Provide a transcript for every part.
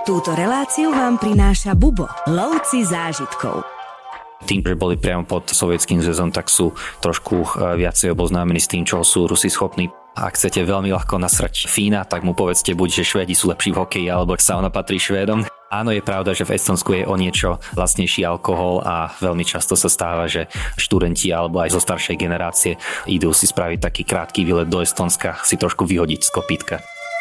Túto reláciu vám prináša Bubo, lovci zážitkov. Tým, že boli priamo pod Sovietským zväzom, tak sú trošku viacej oboznámení s tým, čo sú Rusi schopní. Ak chcete veľmi ľahko nasrať Fína, tak mu povedzte buď, že Švédi sú lepší v hokeji, alebo sauna patrí Švédom. Áno, je pravda, že v Estonsku je o niečo lacnejší alkohol a veľmi často sa stáva, že študenti alebo aj zo staršej generácie idú si spraviť taký krátky výlet do Estonska, si trošku vyhodiť z kopítka.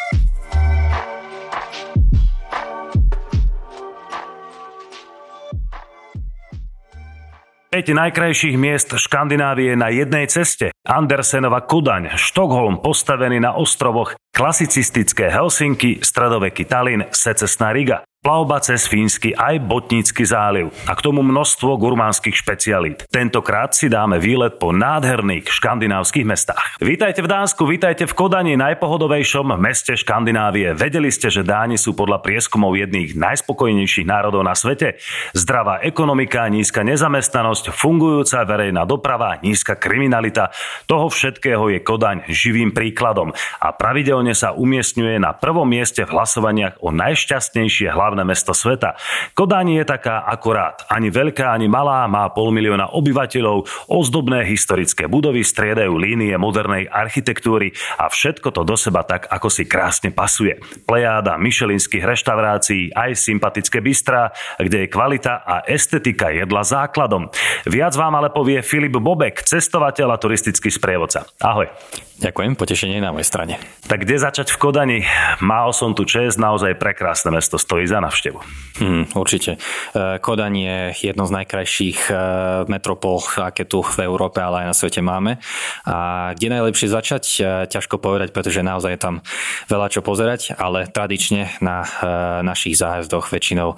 Päť najkrajších miest Škandinávie na jednej ceste. Andersenova Kodaň, Štokholm postavený na ostrovoch, klasicistické Helsinky, stredoveký Tallinn, secesná Riga. Plavba cez Fínsky aj Botnícky záliv a k tomu množstvo gurmánskych špecialít. Tentokrát si dáme výlet po nádherných škandinávskych mestách. Vítajte v Dánsku, vítajte v Kodani, najpohodovejšom meste Škandinávie. Vedeli ste, že Dáni sú podľa prieskumov jedných najspokojnejších národov na svete? Zdravá ekonomika, nízka nezamestnanosť, fungujúca verejná doprava, nízka kriminalita. Toho všetkého je Kodaň živým príkladom a pravidelne sa umiestňuje na prvom mieste v hlasovaniach o najšťastnejšie hlavné mesto sveta. Kodaň je taká akurát. Ani veľká, ani malá, má 500 000 obyvateľov, ozdobné historické budovy striedajú línie modernej architektúry a všetko to do seba tak, ako si krásne pasuje. Plejáda michelinských reštaurácií, aj sympatické bistrá, kde je kvalita a estetika jedla základom. Viac vám ale povie Filip Bobek, cestovateľ a turistický sprievodca. Ahoj. Ďakujem, potešenie na mojej strane. Tak kde začať v Kodani? Mal som tu čest, naozaj prekrásne mesto, stojí za návštevu. Určite. Kodaň je jedno z najkrajších metropol, aké tu v Európe, ale aj na svete máme. A kde najlepšie začať? Ťažko povedať, pretože naozaj je tam veľa čo pozerať, ale tradične na našich zájazdoch väčšinou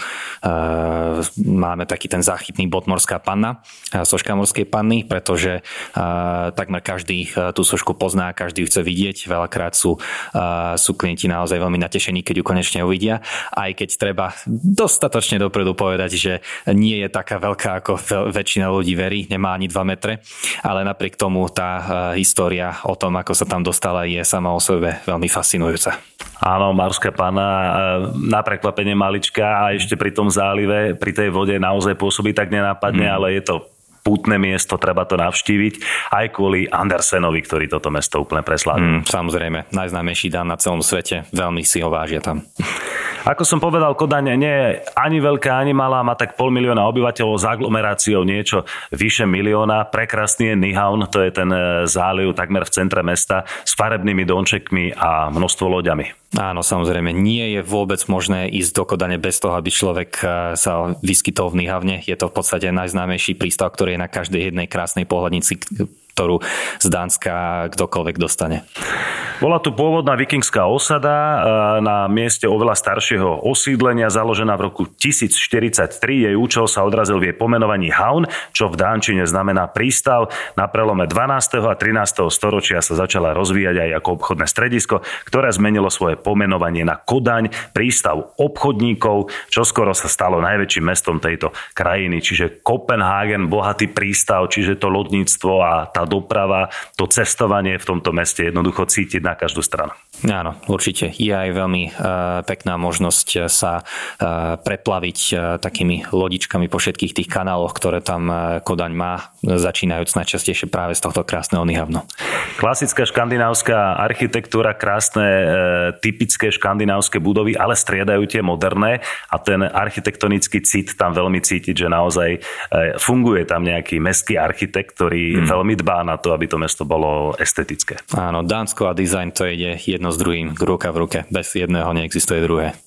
máme taký ten záchytný bod Morská panna, soška Morskej panny, pretože takmer každý tú sošku pozná, každý ju chce vidieť. Veľakrát sú klienti naozaj veľmi natešení, keď ju konečne uvidia. Aj keď treba dostatočne dopredu povedať, že nie je taká veľká, ako väčšina ľudí verí, nemá ani 2 metre, ale napriek tomu tá história o tom, ako sa tam dostala, je sama o sebe veľmi fascinujúca. Áno, Morská panna, na prekvapenie malička a ešte pri tom zálive, pri tej vode naozaj pôsobí tak nenápadne, ale je to pútne miesto, treba to navštíviť aj kvôli Andersenovi, ktorý toto mesto úplne preslávil. Samozrejme, najznámejší Dán na celom svete, veľmi si ho vážia tam. Ako som povedal, Kodaň nie je ani veľká, ani malá, má tak 500 000 obyvateľov s aglomeráciou niečo vyše 1 000 000. Prekrasný je Nyhavn, to je ten záliv takmer v centre mesta s farebnými domčekmi a množstvo loďami. Áno, samozrejme, nie je vôbec možné ísť do Kodane bez toho, aby človek sa vyskytol v Nyhavne. Je to v podstate najznámejší prístav, ktorý je na každej jednej krásnej pohľadnici, ktorú z Dánska kdokoľvek dostane. Bola tu pôvodná vikingská osada na mieste oveľa staršieho osídlenia, založená v roku 1043. Jej účel sa odrazil v jej pomenovaní Havn, čo v dánčine znamená prístav. Na prelome 12. a 13. storočia sa začala rozvíjať aj ako obchodné stredisko, ktoré zmenilo svoje pomenovanie na Kodaň, prístav obchodníkov, čo skoro sa stalo najväčším mestom tejto krajiny. Čiže Kopenhagen, bohatý prístav, čiže to lodníctvo a tá doprava, to cestovanie v tomto meste jednoducho cítiť na každú stranu. Áno, určite. Je aj veľmi pekná možnosť sa preplaviť takými lodičkami po všetkých tých kanáloch, ktoré tam Kodaň má, začínajúc najčastejšie práve z tohto krásneho Nyhavnu. Klasická škandinávska architektúra, krásne typické škandinávske budovy, ale striedajú tie moderné a ten architektonický cit tam veľmi cítiť, že naozaj funguje tam nejaký mestský architekt, ktorý veľmi dbá na to, aby to mesto bolo estetické. Áno, Dánsko a dizajn to ide jedno s druhým, ruka v ruke. Bez jedného neexistuje druhé.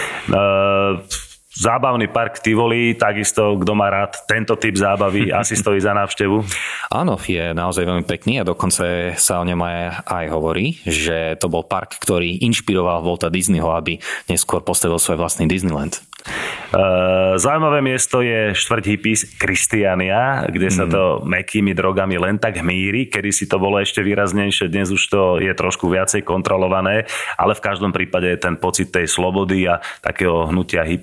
Zábavný park Tivoli, takisto, kto má rád tento typ zábavy, asi stojí za návštevu. Áno, je naozaj veľmi pekný a dokonca sa o ňom aj hovorí, že to bol park, ktorý inšpiroval Walta Disneyho, aby neskôr postavil svoj vlastný Disneyland. Zaujímavé miesto je štvrť hippies Kristiania, kde sa to mäkkými drogami len tak hmíri. Kedy si to bolo ešte výraznejšie, dnes už to je trošku viacej kontrolované, ale v každom prípade ten pocit tej slobody a takého hnutia hippies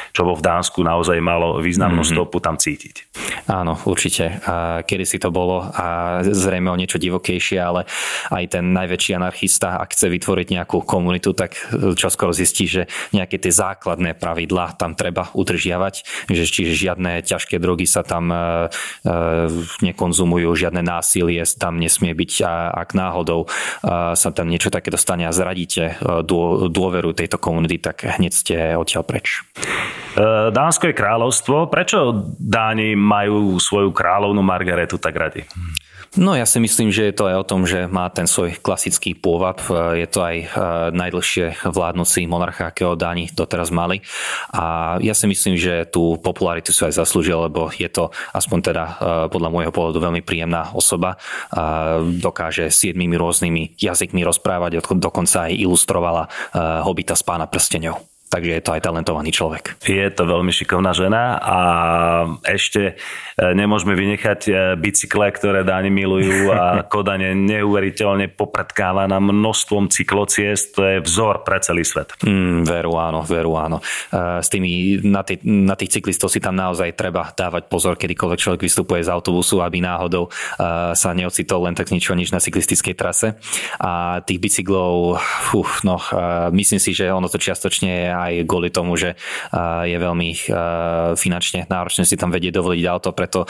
čo vo v Dánsku naozaj malo významnú stopu tam cítiť. Áno, určite. Kedysi to bolo a zrejme o niečo divokejšie, ale aj ten najväčší anarchista, ak chce vytvoriť nejakú komunitu, tak čoskoro zistí, že nejaké tie základné pravidlá tam treba udržiavať, čiže žiadne ťažké drogy sa tam nekonzumujú, žiadne násilie tam nesmie byť a ak náhodou sa tam niečo také dostane a zradíte dôveru tejto komunity, tak hneď ste odtiaľ preč. Dánsko je kráľovstvo. Prečo Dáni majú svoju kráľovnú Margaretu tak radi? No ja si myslím, že je to aj o tom, že má ten svoj klasický pôvab. Je to aj najdlhšie vládnúci monarcha, akého Dáni doteraz mali. A ja si myslím, že tú popularitu si aj zaslúžil, lebo je to aspoň teda podľa môjho pohľadu veľmi príjemná osoba. Dokáže 7 rôznymi jazykmi rozprávať, dokonca aj ilustrovala Hobita z Pána prsteňov. Takže je to aj talentovaný človek. Je to veľmi šikovná žena a ešte nemôžeme vynechať bicykle, ktoré Dáni milujú a Kodaň je neuveriteľne popredkávaná množstvom cyklociest. To je vzor pre celý svet. Veru áno. S tými, na tých cyklistov si tam naozaj treba dávať pozor, kedykoľvek človek vystupuje z autobusu, aby náhodou sa neocitol len tak nič na cyklistickej trase. A tých bicyklov, myslím si, že ono to čiastočne je aj kvôli tomu, že je veľmi finančne náročné si tam vedieť dovoliť auto, preto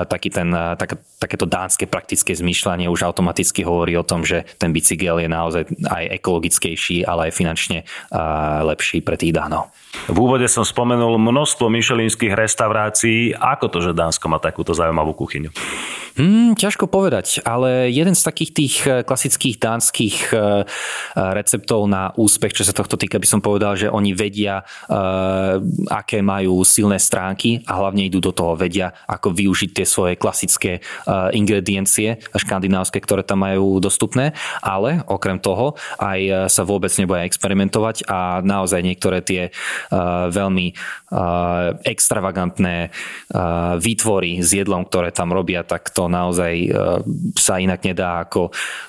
takéto dánske praktické zmýšľanie už automaticky hovorí o tom, že ten bicykel je naozaj aj ekologickejší, ale aj finančne lepší pre tých Dánov. V úvode som spomenul množstvo michelinských reštaurácií. Ako to, že Dánsko má takúto zaujímavú kuchyňu? Ťažko povedať, ale jeden z takých tých klasických dánskych receptov na úspech, čo sa tohto týka, by som povedal, že oni vedia, aké majú silné stránky a hlavne idú do toho, vedia, ako využiť tie svoje klasické ingrediencie škandinávske, ktoré tam majú dostupné, ale okrem toho aj sa vôbec neboja experimentovať a naozaj niektoré tie veľmi extravagantné výtvory s jedlom, ktoré tam robia, tak to naozaj sa inak nedá ako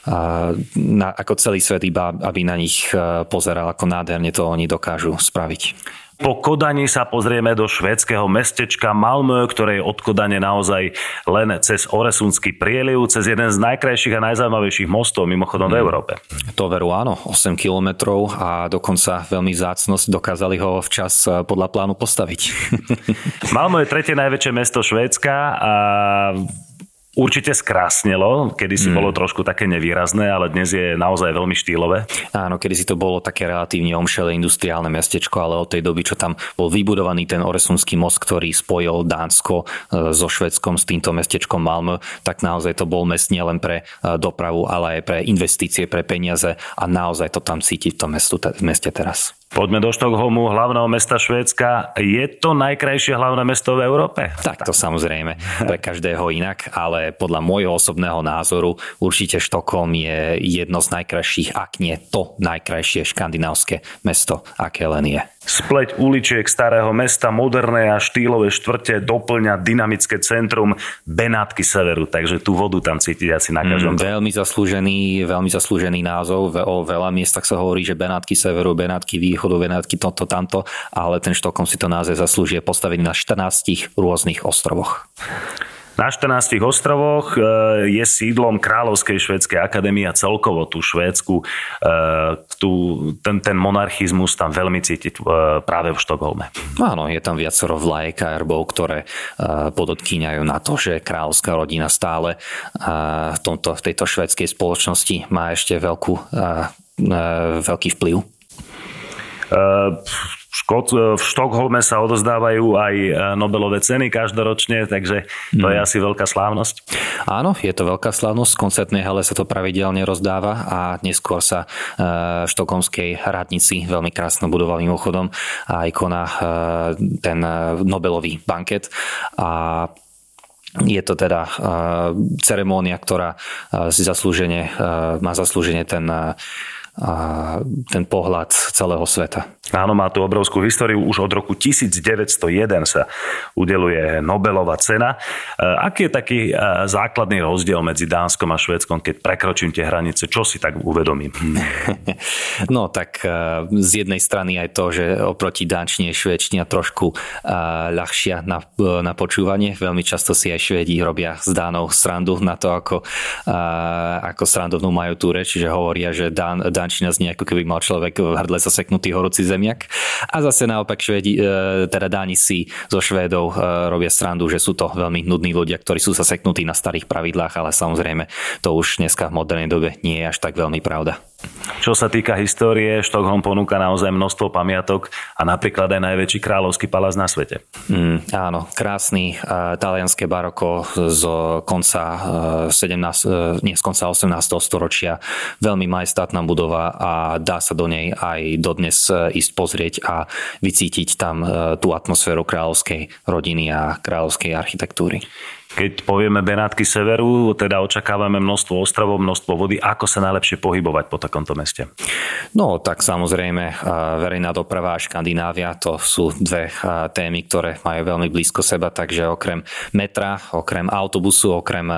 celý svet, iba aby na nich pozeral, ako nádherne to oni dokážu spraviť. Po Kodani sa pozrieme do švédskeho mestečka Malmö, ktoré je od Kodane naozaj len cez Oresundský prieliv, cez jeden z najkrajších a najzaujímavejších mostov mimochodom v Európe. To veru áno, 8 kilometrov a dokonca veľmi vzácnosť dokázali ho včas podľa plánu postaviť. Malmö je tretie najväčšie mesto Švédska a určite skrásnelo, kedysi bolo trošku také nevýrazné, ale dnes je naozaj veľmi štýlové. Áno, kedysi to bolo také relatívne omšelé industriálne mestečko, ale od tej doby, čo tam bol vybudovaný ten Oresundský most, ktorý spojil Dánsko so Švédskom, s týmto mestečkom Malmö, tak naozaj to bol mest nielen pre dopravu, ale aj pre investície, pre peniaze a naozaj to tam cítiť v tom meste teraz. Poďme do Štokholmu, hlavného mesta Švédska. Je to najkrajšie hlavné mesto v Európe? Tak to samozrejme, pre každého inak, ale podľa môjho osobného názoru určite Štokholm je jedno z najkrajších, ak nie to najkrajšie škandinávske mesto, aké len je. Spleť uličiek starého mesta, moderné a štýlové štvrte doplňa dynamické centrum Benátky severu, takže tú vodu tam cítiť asi na každom. Veľmi zaslúžený názov. O veľa miestach sa hovorí, že Benátky severu, Benátky východu, Benátky toto, tamto, ale ten Štokholm si to naozaj zaslúži, je postavený na 14 rôznych ostrovoch. Na 14 ostrovoch je sídlom Kráľovskej švédskej akadémie a celkovo tú Švédsku, ten monarchizmus tam veľmi cítiť práve v Štokholme. Áno, je tam viacero vlajek a erbov, ktoré podotkýňajú na to, že kráľovská rodina stále v tejto švédskej spoločnosti má ešte veľký vplyv. V Štokholme sa odozdávajú aj Nobelové ceny každoročne, takže to je asi veľká slávnosť. Áno, je to veľká slávnosť. V koncertnej hale sa to pravidelne rozdáva a neskôr sa v štokholmskej radnici, veľmi krásnou budovou mimochodom, aj koná ten Nobelový banket. A je to teda ceremónia, ktorá má zaslúžene ten ten pohľad celého sveta. Áno, má tu obrovskú históriu. Už od roku 1901 sa udeluje Nobelova cena. Aký je taký základný rozdiel medzi Dánskom a Švédskom, keď prekročím tie hranice? Čo si tak uvedomím? No tak z jednej strany aj to, že oproti dánčine je švédština trošku ľahšia na počúvanie. Veľmi často si aj Švédi robia z Dánov srandu na to, ako srandovnú majú tú reč, že hovoria, že dánčina znie ako keby mal človek v hrdle zaseknutý horúci zemiak. A zase naopak Dáni si zo Švédov robia srandu, že sú to veľmi nudní ľudia, ktorí sú zaseknutí na starých pravidlách, ale samozrejme to už dneska v modernej dobe nie je až tak veľmi pravda. Čo sa týka histórie, Štokholm ponúka naozaj množstvo pamiatok a napríklad aj najväčší kráľovský palác na svete. Áno, krásny talianské baroko z konca 18. storočia. Veľmi majestátna budova a dá sa do nej aj dodnes ísť pozrieť a vycítiť tam tú atmosféru kráľovskej rodiny a kráľovskej architektúry. Keď povieme Benátky severu, teda očakávame množstvo ostrovov, množstvo vody. Ako sa najlepšie pohybovať po takomto meste? No, tak samozrejme verejná doprava a Škandinávia, to sú dve témy, ktoré majú veľmi blízko seba, takže okrem metra, okrem autobusu, okrem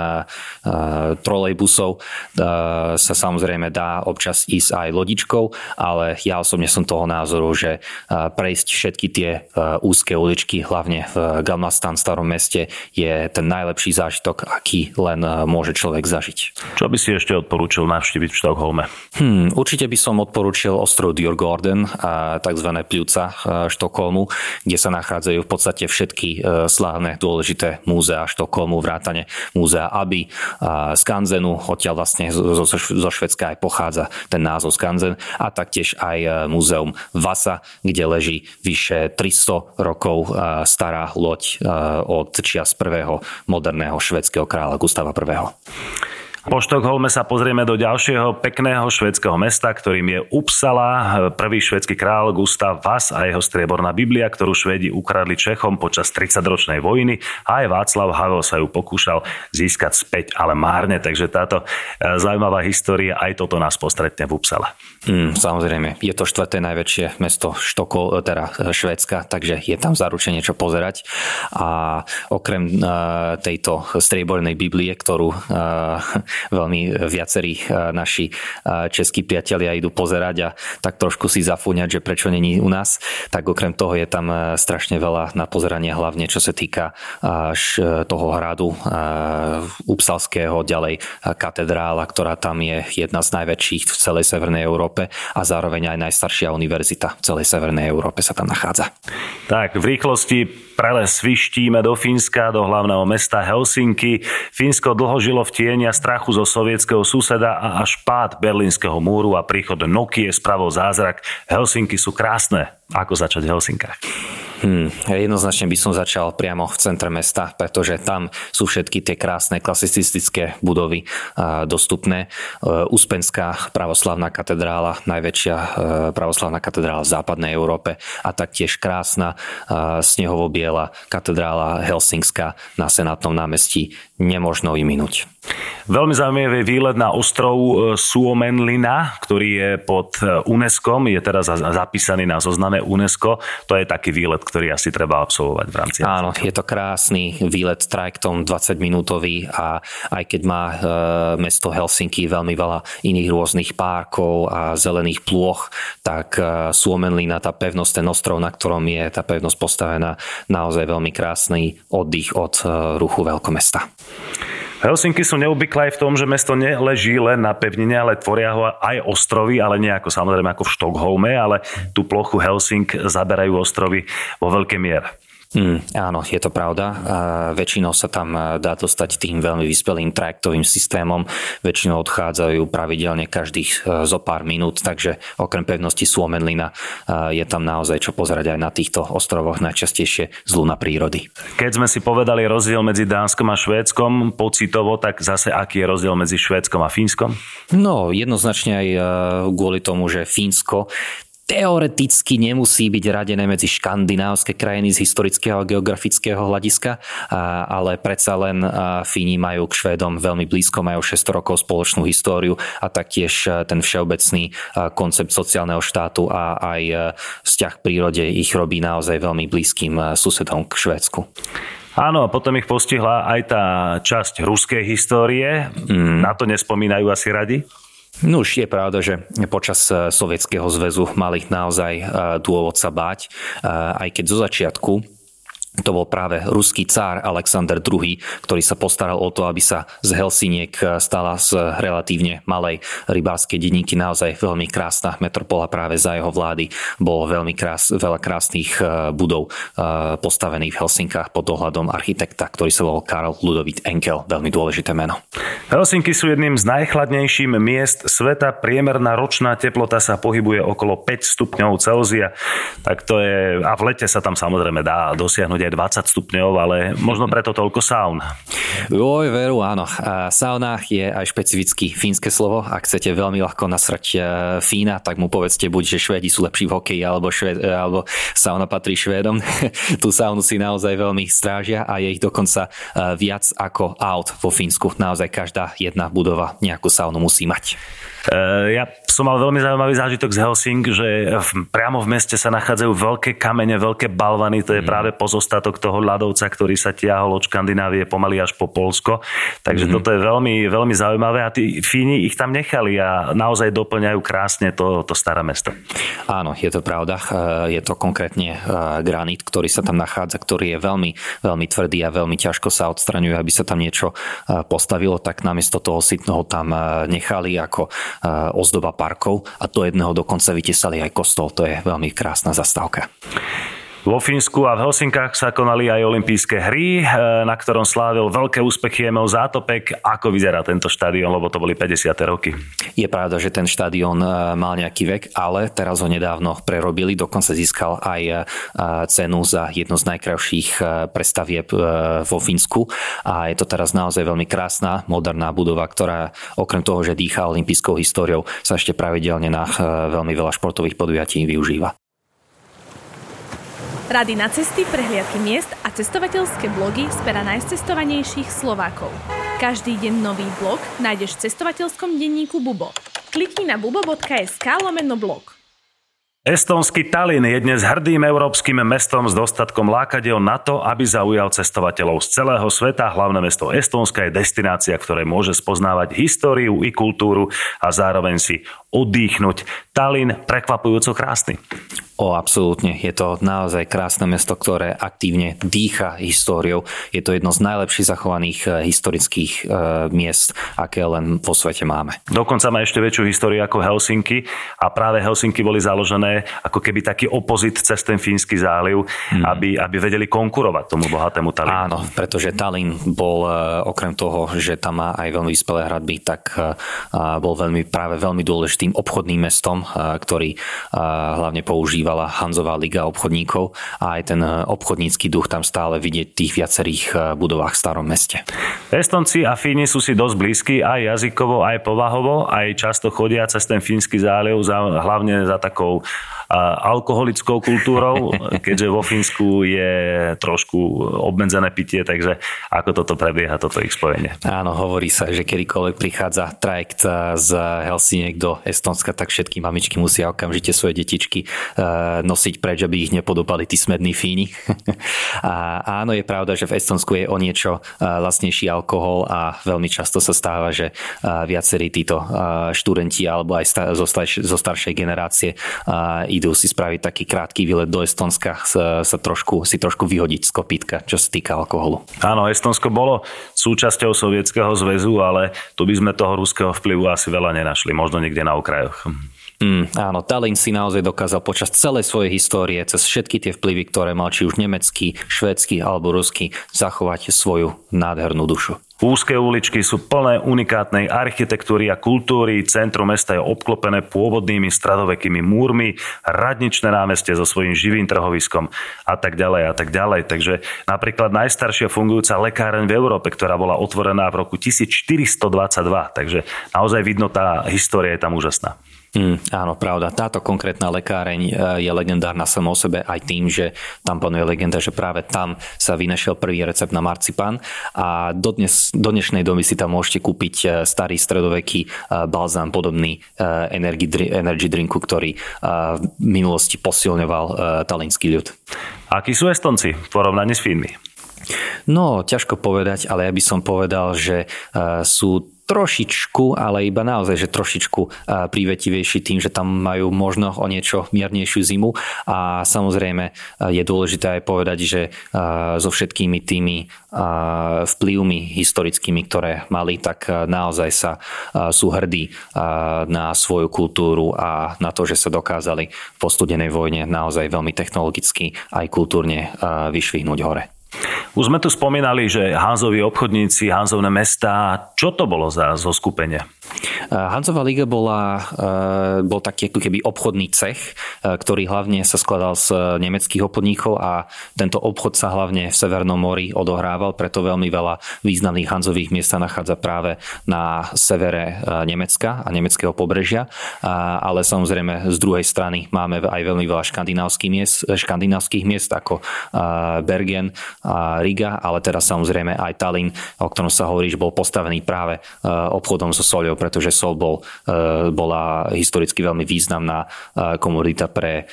trolejbusov sa samozrejme dá občas ísť aj lodičkou, ale ja osobne som toho názoru, že prejsť všetky tie úzke uličky, hlavne v Gamla stan starom meste, je ten najlepší zážitok, aký len môže človek zažiť. Čo by si ešte odporúčil navštíviť v Štokholme? Určite by som odporúčil ostrov Djurgården a tzv. Pľúca Štokholmu, kde sa nachádzajú v podstate všetky slávne dôležité múzea Štokholmu, vrátane múzea Abbey, Skansenu, odtiaľ vlastne zo Švédska aj pochádza ten názov Skansen, a taktiež aj múzeum Vasa, kde leží vyše 300 rokov stará loď od čias prvého moderného švédskeho kráľa Gustava I. Po Štokholme sa pozrieme do ďalšieho pekného švédskeho mesta, ktorým je Uppsala. Prvý švédsky kráľ Gustav Vasa a jeho strieborná Biblia, ktorú Švédi ukradli Čechom počas 30-ročnej vojny, a aj Václav Havel sa ju pokúšal získať späť, ale márne. Takže táto zaujímavá história, aj toto nás postretne v Uppsale. Samozrejme, je to štvrté najväčšie mesto Švédska, takže je tam zaručene čo pozerať. A okrem tejto striebornej Biblie, ktorú veľmi viacerí naši českí priatelia idú pozerať a tak trošku si zafúňať, že prečo není u nás, tak okrem toho je tam strašne veľa na pozeranie, hlavne čo sa týka toho hradu Uppsalského, ďalej katedrála, ktorá tam je jedna z najväčších v celej Severnej Európe a zároveň aj najstaršia univerzita v celej Severnej Európe sa tam nachádza. Tak, v rýchlosti preles vyštíme do Fínska, do hlavného mesta Helsinki. Fínsko dlho žilo v tieni a strachu zo sovietskeho suseda a až pád Berlínskeho múru a príchod Nokie spravil zázrak. Helsinky sú krásne. Ako začať v Helsinkách? Jednoznačne by som začal priamo v centre mesta, pretože tam sú všetky tie krásne klasicistické budovy dostupné. Uspenská pravoslavná katedrála, najväčšia pravoslavná katedrála v západnej Európe, a taktiež krásna snehovo-biela katedrála Helsinská na Senátnom námestí. Nemožno vyminúť. Veľmi zaujímavý výlet na ostrov Suomenlinna, ktorý je pod UNESCO, je teraz zapísaný na zozname UNESCO. To je taký výlet, ktorý asi treba absolvovať v rámci. Áno, je to krásny výlet trajektom 20-minútový a aj keď má mesto Helsinki veľmi veľa iných rôznych parkov a zelených plôch, tak Suomenlinna, tá pevnosť, ten ostrov, na ktorom je tá pevnosť postavená, naozaj veľmi krásny oddych od ruchu veľkomesta. Helsinky sú neobvyklé aj v tom, že mesto neleží len na pevnine, ale tvoria ho aj ostrovy, ale nie ako samozrejme ako v Štokholme, ale tú plochu Helsink zaberajú ostrovy vo veľkej miere. Áno, je to pravda. Väčšinou sa tam dá dostať tým veľmi vyspelým trajektovým systémom. Väčšinou odchádzajú pravidelne každých zo pár minút, takže okrem pevnosti Suomenlinna je tam naozaj čo pozerať aj na týchto ostrovoch, najčastejšie z luna prírody. Keď sme si povedali rozdiel medzi Dánskom a Švédskom pocitovo, tak zase aký je rozdiel medzi Švédskom a Fínskom? No, jednoznačne aj kvôli tomu, že Fínsko teoreticky nemusí byť radené medzi škandinávske krajiny z historického a geografického hľadiska, ale predsa len Fíni majú k Švédom veľmi blízko, majú 600 rokov spoločnú históriu a taktiež ten všeobecný koncept sociálneho štátu a aj vzťah k prírode ich robí naozaj veľmi blízkym susedom k Švédsku. Áno, a potom ich postihla aj tá časť ruskej histórie. Na to nespomínajú asi radi? No už je pravda, že počas Sovietskeho zväzu mali naozaj dôvod sa báť, aj keď zo začiatku to bol práve ruský cár Alexander II, ktorý sa postaral o to, aby sa z Helsiniek stala z relatívne malej rybárskej dedinky naozaj veľmi krásna metropola. Práve za jeho vlády bolo veľa krásnych budov postavených v Helsinkách pod dohľadom architekta, ktorý sa volal Karl Ludovít Enkel, veľmi dôležité meno. Helsinky sú jedným z najchladnejších miest sveta. Priemerná ročná teplota sa pohybuje okolo 5 stupňov Celzia. Tak to je, a v lete sa tam samozrejme dá dosiahnuť aj 20 stupňov, ale možno preto toľko saun. Oj, veru, áno. Sauna je aj špecificky fínske slovo. Ak chcete veľmi ľahko nasrať Fína, tak mu povedzte buď, že Švédi sú lepší v hokeji, alebo sauna patrí Švédom. Tú saunu si naozaj veľmi strážia a je ich dokonca viac ako aut vo Fínsku. Naozaj každá jedna budova nejakú saunu musí mať. Ja som mal veľmi zaujímavý zážitok z Helsing, že priamo v meste sa nachádzajú veľké kamene, veľké balvany, to je práve pozostatok toho ľadovca, ktorý sa tiahol od Škandinávie pomaly až po Poľsko. Takže toto je veľmi, veľmi zaujímavé a tí Fíni ich tam nechali a naozaj doplňajú krásne to staré mesto. Áno, je to pravda. Je to konkrétne granít, ktorý sa tam nachádza, ktorý je veľmi, veľmi tvrdý a veľmi ťažko sa odstraňuje, aby sa tam niečo postavilo, tak namiesto toho sitného tam nechali ako ozdoba parkov a do jedného dokonca vytesali aj kostol. To je veľmi krásna zastávka. Vo Fínsku a v Helsinkách sa konali aj olympijské hry, na ktorom slávil veľké úspechy Emil Zátopek. Ako vyzerá tento štadión, lebo to boli 50. roky? Je pravda, že ten štadión mal nejaký vek, ale teraz ho nedávno prerobili. Dokonca získal aj cenu za jednu z najkrajších prestavieb vo Fínsku. A je to teraz naozaj veľmi krásna, moderná budova, ktorá okrem toho, že dýcha olympijskou históriou, sa ešte pravidelne na veľmi veľa športových podujatí využíva. Rady na cesty, prehliadky miest a cestovateľské blogy z pera najcestovanejších Slovákov. Každý deň nový blog nájdeš v cestovateľskom denníku Bubo. Klikni na bubo.sk/blog. Estónsky Tallinn je dnes hrdým európskym mestom s dostatkom lákadiel na to, aby zaujal cestovateľov z celého sveta. Hlavné mesto Estónska je destinácia, ktoré môže spoznávať históriu i kultúru a zároveň si oddychnúť. Tallinn prekvapujúco krásny. Absolútne. Je to naozaj krásne mesto, ktoré aktívne dýcha históriou. Je to jedno z najlepších zachovaných historických miest, aké len vo svete máme. Dokonca má ešte väčšiu históriu ako Helsinky a práve Helsinky boli založené ako keby taký opozit cez ten Fínsky záliv, aby vedeli konkurovať tomu bohatému Tallinnu. Áno, pretože Tallinn bol okrem toho, že tam má aj veľmi vyspelé hradby, tak bol práve veľmi dôležitým obchodným mestom, ktorý hlavne používal Hanzová liga obchodníkov a aj ten obchodnícky duch tam stále vidieť v tých viacerých budovách v starom meste. Estonci a Fíni sú si dosť blízki aj jazykovo, aj povahovo, aj často chodia cez ten Fínsky záliv hlavne za takou alkoholickou kultúrou, keďže vo Fínsku je trošku obmedzené pitie, takže ako toto prebieha, toto ich spojenie? Áno, hovorí sa, že kedykoľvek prichádza trajekt z Helsiniek do Estonska, tak všetky mamičky musia okamžite svoje detičky nosiť preč, aby ich nepodopali tí smední Fíni. A áno, je pravda, že v Estonsku je o niečo lacnejší alkohol a veľmi často sa stáva, že viacerí títo študenti alebo aj zo staršej generácie idú si spraviť taký krátky výlet do Estonska, si trošku vyhodiť z kopítka, čo sa týka alkoholu. Áno, Estonsko bolo súčasťou Sovietskeho zväzu, ale tu by sme toho ruského vplyvu asi veľa nenašli, možno niekde na okrajoch. Áno, Tallinn si naozaj dokázal počas celej svojej histórie, cez všetky tie vplyvy, ktoré mal či už nemecký, švédsky alebo ruský, zachovať svoju nádhernú dušu. Úzke uličky sú plné unikátnej architektúry a kultúry, centrum mesta je obklopené pôvodnými stredovekými múrmi, radničné námestie so svojím živým trhoviskom a tak ďalej a tak ďalej. Takže napríklad najstaršia fungujúca lekáreň v Európe, ktorá bola otvorená v roku 1422, takže naozaj vidno, tá história je tam úžasná. Áno, pravda. Táto konkrétna lekáreň je legendárna sama o sebe aj tým, že tam panuje legenda, že práve tam sa vynašiel prvý recept na marcipán a do dnešnej doby si tam môžete kúpiť starý stredoveký balzám podobný energy drinku, ktorý v minulosti posilňoval talínsky ľud. Akí sú Estonci v porovnaní s Fínmi? No, ťažko povedať, ale ja by som povedal, že sú trošičku, ale iba naozaj, že trošičku prívetivejší tým, že tam majú možno o niečo miernejšiu zimu a samozrejme je dôležité aj povedať, že so všetkými tými vplyvmi historickými, ktoré mali, tak naozaj sú hrdí na svoju kultúru a na to, že sa dokázali po studenej vojne naozaj veľmi technologicky aj kultúrne vyšvihnúť hore. Už sme tu spomínali, že Hanzoví obchodníci, Hanzovné mestá, čo to bolo za zoskupenie? Hanzová liga bol taký ako keby obchodný cech, ktorý hlavne sa skladal z nemeckých obchodníkov a tento obchod sa hlavne v Severnom mori odohrával, preto veľmi veľa významných Hanzových miest sa nachádza práve na severe Nemecka a nemeckého pobrežia, ale samozrejme z druhej strany máme aj veľmi veľa škandinávskych miest ako Bergen a Riga, ale teraz samozrejme aj Tallinn, o ktorom sa hovorí, že bol postavený práve obchodom so soľou, pretože soľ bola historicky veľmi významná komodita pre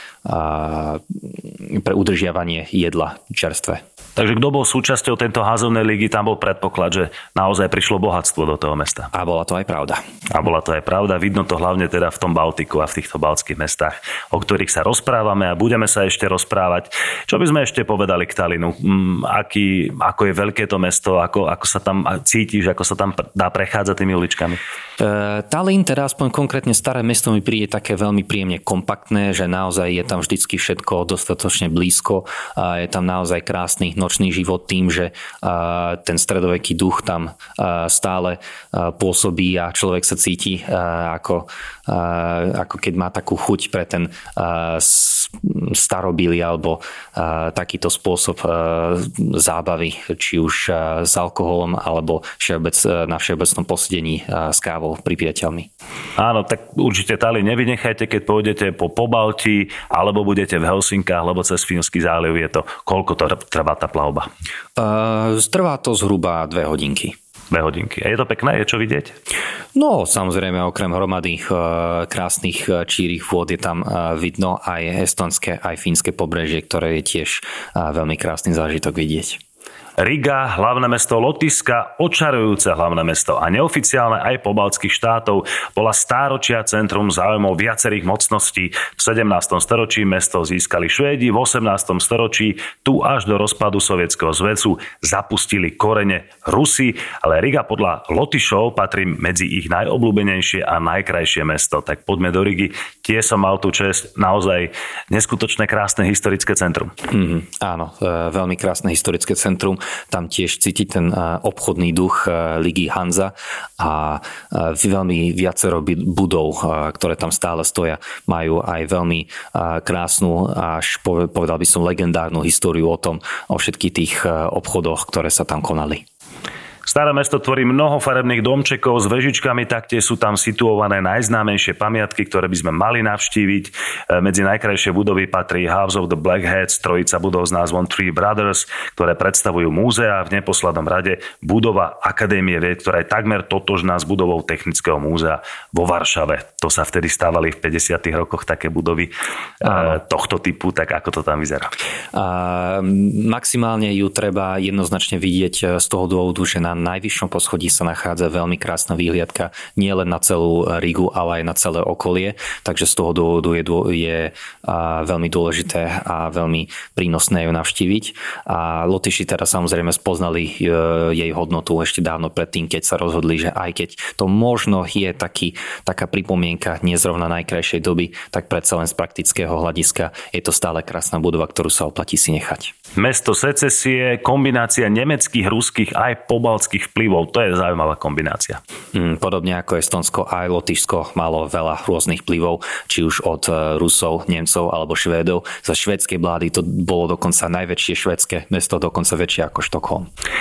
udržiavanie jedla čerstvé. Takže kto bol súčasťou tejto Hanzovnej ligy, tam bol predpoklad, že naozaj prišlo bohatstvo do toho mesta. A bola to aj pravda. Vidno to hlavne teda v tom Baltiku a v týchto baltských mestách, o ktorých sa rozprávame a budeme sa ešte rozprávať. Čo by sme ešte povedali k Tallinnu? Ako je veľké to mesto, ako sa tam cítiš, ako sa tam dá prechádzať tými uličkami? Tallinn, teda aspoň konkrétne staré mesto mi príde také veľmi príjemne kompaktné, že naozaj je tam vždycky všetko dostatočne blízko. Je tam naozaj krásny nočný život tým, že ten stredoveký duch tam stále pôsobí a človek sa cíti ako keď má takú chuť pre ten starobily alebo takýto spôsob zábavy, či už s alkoholom alebo na všeobecnom posedení s kávou pri priateľmi. Áno, tak určite Tallinn nevynechajte, keď pôjdete po Pobaltí alebo budete v Helsinkách, lebo cez Fínsky záliv je to. Koľko to trvá tá plavba? Trvá to zhruba 2 hodinky. 2 hodinky. A je to pekné? Je čo vidieť? No, samozrejme, okrem hromady krásnych čírých vôd je tam vidno aj estonské, aj fínske pobrežie, ktoré je tiež veľmi krásny zážitok vidieť. Riga, hlavné mesto Lotyšska, očarujúce hlavné mesto a neoficiálne aj pobaltských štátov, bola stáročia centrum záujmov viacerých mocností. V 17. storočí mesto získali Švédi, v 18. storočí tu až do rozpadu Sovietskeho zväzu zapustili korene Rusi, ale Riga podľa Lotyšov patrí medzi ich najobľúbenejšie a najkrajšie mesto. Tak poďme do Rigy. Tie som mal tú česť, naozaj neskutočné krásne historické centrum. Áno, veľmi krásne historické centrum. Tam tiež cítiť ten obchodný duch ligy Hanza a veľmi viacero budov, ktoré tam stále stoja, majú aj veľmi krásnu, až povedal by som legendárnu históriu o všetkých tých obchodoch, ktoré sa tam konali. Staré mesto tvorí mnoho farebných domčekov s vežičkami, taktiež sú tam situované najznámejšie pamiatky, ktoré by sme mali navštíviť. Medzi najkrajšie budovy patrí House of the Black Hats, trojica budov s názvom Three Brothers, ktoré predstavujú múzea, v neposlednom rade budova Akadémie vied, ktorá je takmer totožná s budovou Technického múzea vo Varšave. To sa vtedy stávali v 50. rokoch také budovy tohto typu, tak ako to tam vyzerá? Maximálne ju treba jednoznačne vidieť z toho dôvodu, že na najvyššom poschodí sa nachádza veľmi krásna výhliadka nie len na celú Rigu, ale aj na celé okolie, takže z toho dôvodu je veľmi dôležité a veľmi prínosné ju navštíviť. A Lotyši teda samozrejme spoznali jej hodnotu ešte dávno predtým, keď sa rozhodli, že aj keď to možno je taká pripomienka nezrovna najkrajšej doby, tak predsa len z praktického hľadiska je to stále krásna budova, ktorú sa oplatí si nechať. Mesto secesie, kombinácia nemeckých, ruských aj pobaltských vplyvov. To je zaujímavá kombinácia. Podobne ako Estonsko, aj Lotyšsko malo veľa rôznych vplyvov, či už od Rusov, Nemcov alebo Švédov. Za švédskej vlády to bolo dokonca najväčšie švédske mesto, dokonca väčšie ako Štokholm.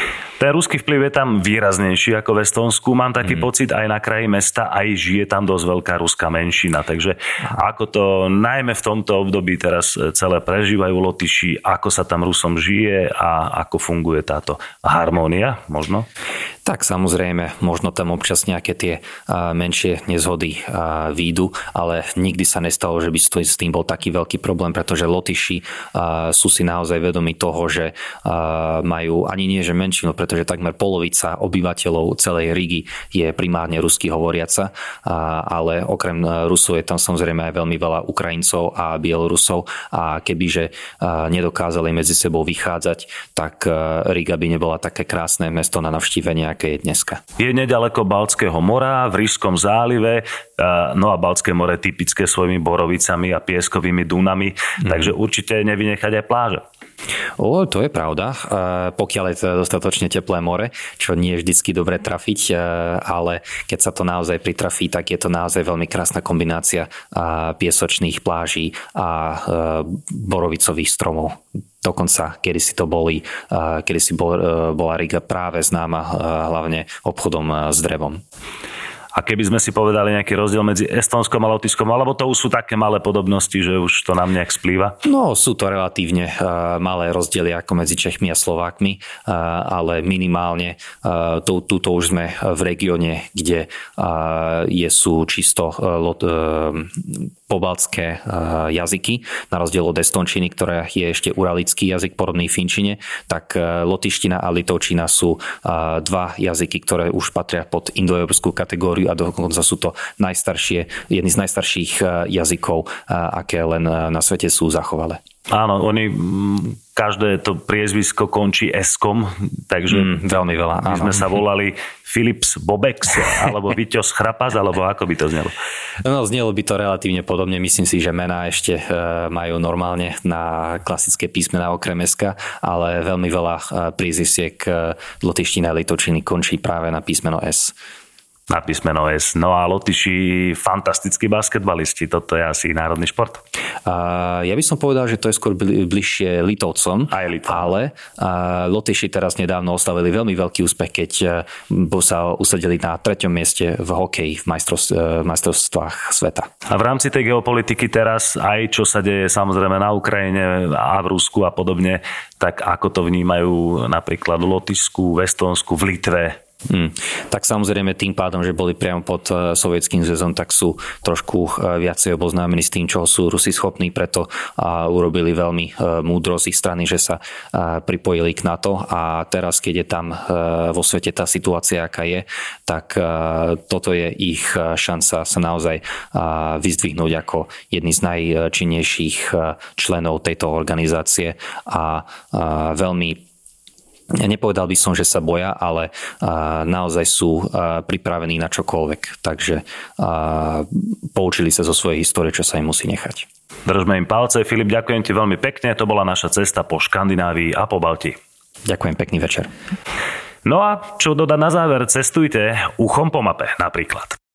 Ten ruský vplyv je tam výraznejší ako v Estónsku. Mám taký pocit, aj na kraji mesta, aj žije tam dosť veľká ruská menšina. Takže ako to najmä v tomto období teraz celé prežívajú Lotyši, ako sa tam Rusom žije a ako funguje táto harmónia možno? Tak samozrejme, možno tam občas nejaké tie menšie nezhody výjdu, ale nikdy sa nestalo, že by s tým bol taký veľký problém, pretože Lotyši sú si naozaj vedomi toho, že majú ani nie že menšinu, pretože takmer polovica obyvateľov celej Rigy je primárne rusky hovoriaca, ale okrem Rusov je tam samozrejme aj veľmi veľa Ukrajincov a Bielorusov a kebyže nedokázali medzi sebou vychádzať, tak Riga by nebola také krásne mesto na navštívenie, aké je dneska. Je nedaleko Baltského mora, v Rýžskom zálive, no a Baltské more typické svojimi borovicami a pieskovými dúnami, takže určite nevynechať aj pláže. To je pravda, pokiaľ je to dostatočne teplé more, čo nie je vždycky dobre trafiť, ale keď sa to naozaj pritrafí, tak je to naozaj veľmi krásna kombinácia piesočných pláží a borovicových stromov. Dokonca, kedysi bola Riga práve známa hlavne obchodom s drevom. A keby sme si povedali nejaký rozdiel medzi Estónskom a Lotyšskom, alebo to už sú také malé podobnosti, že už to nám nejak splýva? No, sú to relatívne malé rozdiely ako medzi Čechmi a Slovákmi, ale minimálne túto už sme v regióne, kde sú čisto pobaltské jazyky, na rozdiel od estončiny, ktorá je ešte uralický jazyk podobný finčine, tak lotyština a litovčina sú dva jazyky, ktoré už patria pod indoeurópsku kategóriu a dokonca sú to jedny z najstarších jazykov, aké len na svete sú zachovalé. Áno, každé to priezvisko končí S-kom, takže veľmi veľa. My sme sa volali Philips Bobex, alebo Viťos Chrapas, alebo ako by to znelo? No, znelo by to relatívne podobne. Myslím si, že mená ešte majú normálne na klasické písmená okrem S-ka, ale veľmi veľa priezvisiek lotyštiny a litovčiny končí práve na písmeno S. Na písmeno S. No a Lotyši fantastickí basketbalisti. Toto je asi národný šport. Ja by som povedal, že to je skôr bližšie Litovcom. Aj Litom. Ale Lotyši teraz nedávno oslavili veľmi veľký úspech, keď sa usadili na 3. mieste v hokeji v majstrovstvách sveta. A v rámci tej geopolitiky teraz aj čo sa deje samozrejme na Ukrajine a v Rusku a podobne, tak ako to vnímajú napríklad v Lotyšsku, v Estónsku, v Litve? Tak samozrejme tým pádom, že boli priamo pod Sovietským zväzom, tak sú trošku viacej oboznámení s tým, čo sú Rusi schopní, preto urobili veľmi múdro z ich strany, že sa pripojili k NATO a teraz, keď je tam vo svete tá situácia, aká je, tak toto je ich šanca sa naozaj vyzdvihnúť ako jedný z najčinnejších členov tejto organizácie a veľmi nepovedal by som, že sa boja, ale naozaj sú pripravení na čokoľvek. Takže poučili sa zo svojej histórie, čo sa im musí nechať. Držme im palce. Filip, ďakujem ti veľmi pekne. To bola naša cesta po Škandinávii a po Balti. Ďakujem, pekný večer. No a čo dodať na záver? Cestujte uchom po mape napríklad.